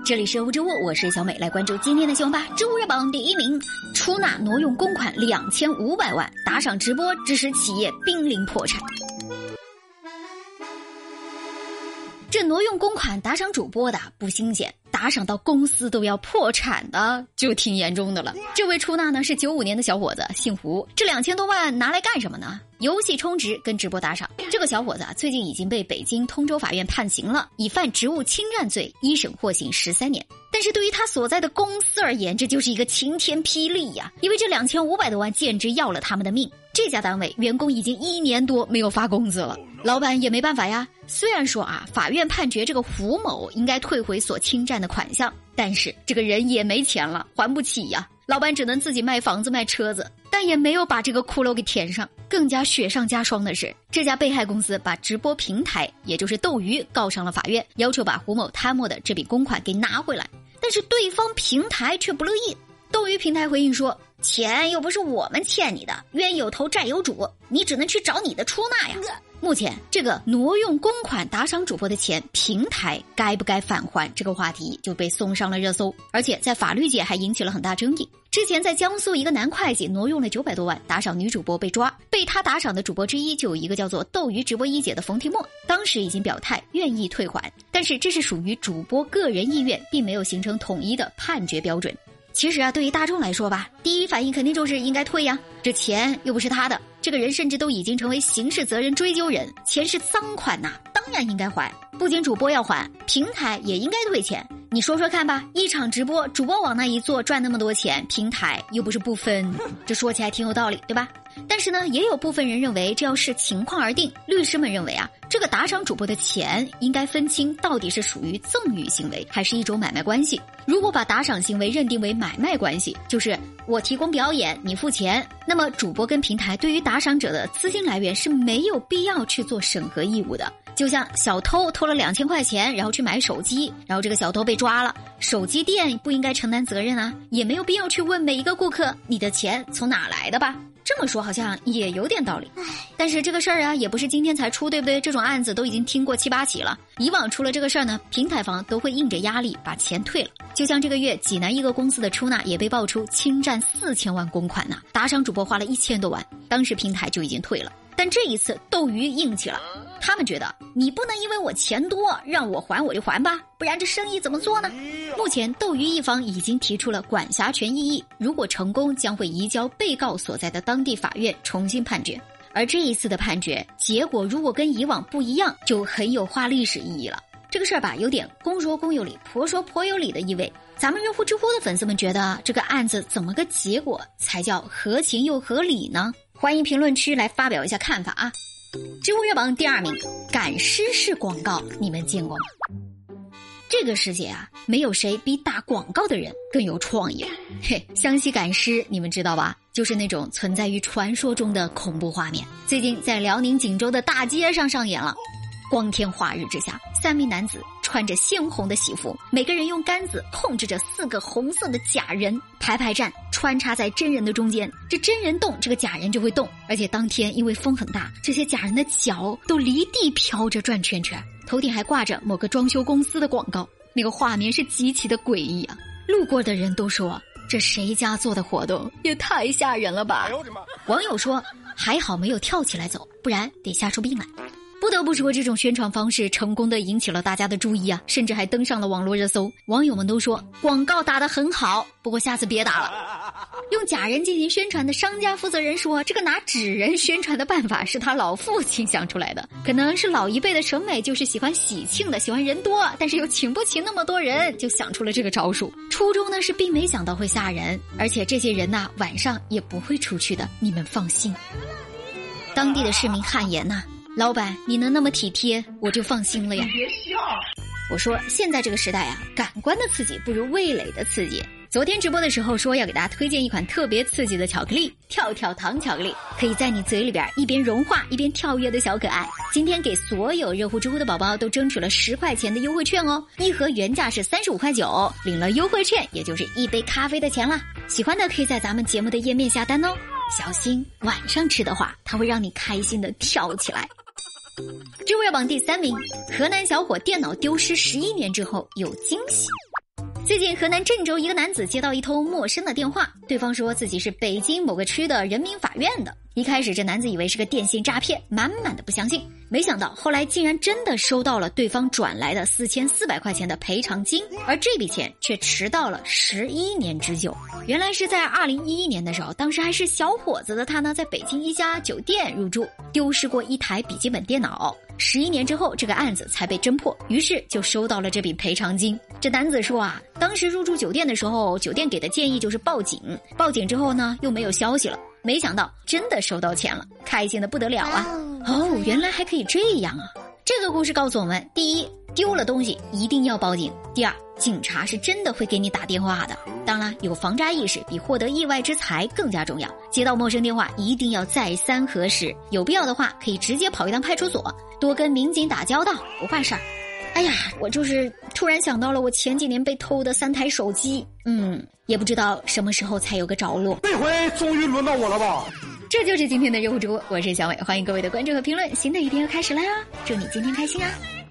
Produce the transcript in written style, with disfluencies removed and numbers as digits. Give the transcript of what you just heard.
这里是物之物，我是小美，来关注今天的新闻吧。知乎热榜第1名，出纳挪用公款2500万，打赏直播致使企业濒临破产。这挪用公款打赏主播的不新鲜，打赏到公司都要破产的就挺严重的了。这位出纳呢是95年的小伙子，姓胡。这2000多万拿来干什么呢？游戏充值跟直播打赏。这个小伙子最近已经被北京通州法院判刑了，以犯职务侵占罪一审获刑13年。但是对于他所在的公司而言，这就是一个晴天霹雳呀！因为这2500多万简直要了他们的命。这家单位员工已经1年多没有发工资了，老板也没办法呀。虽然说法院判决这个胡某应该退回所侵占的款项，但是这个人也没钱了，还不起呀。老板只能自己卖房子卖车子，但也没有把这个窟窿给填上。更加雪上加霜的是，这家被害公司把直播平台，也就是斗鱼告上了法院，要求把胡某贪墨的这笔公款给拿回来。但是对方平台却不乐意。斗鱼平台回应说，钱又不是我们欠你的，冤有头债有主，你只能去找你的出纳呀。目前这个挪用公款打赏主播的钱，平台该不该返还这个话题就被送上了热搜，而且在法律界还引起了很大争议。之前在江苏一个男会计挪用了900多万打赏女主播被抓，被他打赏的主播之一就有一个叫做斗鱼直播一姐的冯提莫，当时已经表态愿意退还，但是这是属于主播个人意愿，并没有形成统一的判决标准。其实对于大众来说吧，第一反应肯定就是应该退呀，这钱又不是他的，这个人甚至都已经成为刑事责任追究人，钱是赃款呐，当然应该还。不仅主播要还，平台也应该退钱。你说说看吧，一场直播，主播往那一坐赚那么多钱，平台又不是不分，这说起来挺有道理，对吧？但是呢，也有部分人认为这要视情况而定。律师们认为这个打赏主播的钱应该分清到底是属于赠与行为还是一种买卖关系。如果把打赏行为认定为买卖关系，就是我提供表演你付钱，那么主播跟平台对于打赏者的资金来源是没有必要去做审核义务的。就像小偷偷了2000块钱，然后去买手机，然后这个小偷被抓了，手机店不应该承担责任也没有必要去问每一个顾客你的钱从哪来的吧。这么说好像也有点道理，但是这个事儿也不是今天才出，对不对？这种案子都已经听过7、8起了。以往出了这个事儿呢，平台方都会硬着压力把钱退了。就像这个月济南一个公司的出纳也被爆出侵占4000万公款打赏主播花了1000多万，当时平台就已经退了。但这一次斗鱼硬气了，他们觉得你不能因为我钱多让我还我就还吧，不然这生意怎么做呢？目前斗鱼一方已经提出了管辖权异议，如果成功将会移交被告所在的当地法院重新判决。而这一次的判决结果如果跟以往不一样，就很有划历史意义了。这个事儿吧，有点公说公有理，婆说婆有理的意味。咱们热乎知乎的粉丝们觉得这个案子怎么个结果才叫合情又合理呢？欢迎评论区来发表一下看法知乎热榜第2名，赶尸式广告你们见过吗？这个世界没有谁比打广告的人更有创意。湘西赶尸你们知道吧？就是那种存在于传说中的恐怖画面，最近在辽宁锦州的大街上上演了。光天化日之下，3名男子穿着鲜红的喜服，每个人用杆子控制着4个红色的假人，排站穿插在真人的中间，这真人动，这个假人就会动。而且当天因为风很大，这些假人的脚都离地飘着转圈圈，头顶还挂着某个装修公司的广告，那个画面是极其的诡异路过的人都说，这谁家做的活动也太吓人了吧。网友说，还好没有跳起来走，不然得吓出病来。不得不说，这种宣传方式成功的引起了大家的注意甚至还登上了网络热搜。网友们都说广告打得很好，不过下次别打了。用假人进行宣传的商家负责人说，这个拿纸人宣传的办法是他老父亲想出来的，可能是老一辈的审美就是喜欢喜庆的，喜欢人多，但是又请不起那么多人，就想出了这个招数。初衷呢是并没想到会吓人，而且这些人晚上也不会出去的，你们放心。当地的市民汗颜老板你能那么体贴我就放心了呀。别笑，我说现在这个时代感官的刺激不如味蕾的刺激。昨天直播的时候说要给大家推荐一款特别刺激的巧克力，跳跳糖巧克力，可以在你嘴里边一边融化一边跳跃的小可爱。今天给所有热乎知乎的宝宝都争取了10块钱的优惠券一盒原价是35.9块，领了优惠券也就是1杯咖啡的钱啦。喜欢的可以在咱们节目的页面下单小心晚上吃的话它会让你开心的跳起来。知乎热榜第3名，河南小伙电脑丢失11年之后有惊喜。 最近河南郑州一个男子接到一通陌生的电话，对方说自己是北京某个区的人民法院的。一开始这男子以为是个电信诈骗，满满的不相信，没想到后来竟然真的收到了对方转来的4400块钱的赔偿金，而这笔钱却迟到了11年之久。原来是在2011年的时候，当时还是小伙子的他呢，在北京一家酒店入住，丢失过一台笔记本电脑。11年之后，这个案子才被侦破，于是就收到了这笔赔偿金。这男子说啊，当时入住酒店的时候，酒店给的建议就是报警，报警之后呢，又没有消息了。没想到真的收到钱了，开心的不得了啊！哦，原来还可以这样啊！这个故事告诉我们：第一，丢了东西一定要报警；第二，警察是真的会给你打电话的。当然，有防诈意识比获得意外之财更加重要。接到陌生电话一定要再三核实，有必要的话可以直接跑一趟派出所，多跟民警打交道，不坏事儿。哎呀，我就是突然想到了我前几年被偷的3台手机，也不知道什么时候才有个着落。 这回终于轮到我了吧？ 这就是今天的热乎直播，我是小伟，欢迎各位的关注和评论。新的一天又开始了呀，祝你今天开心啊！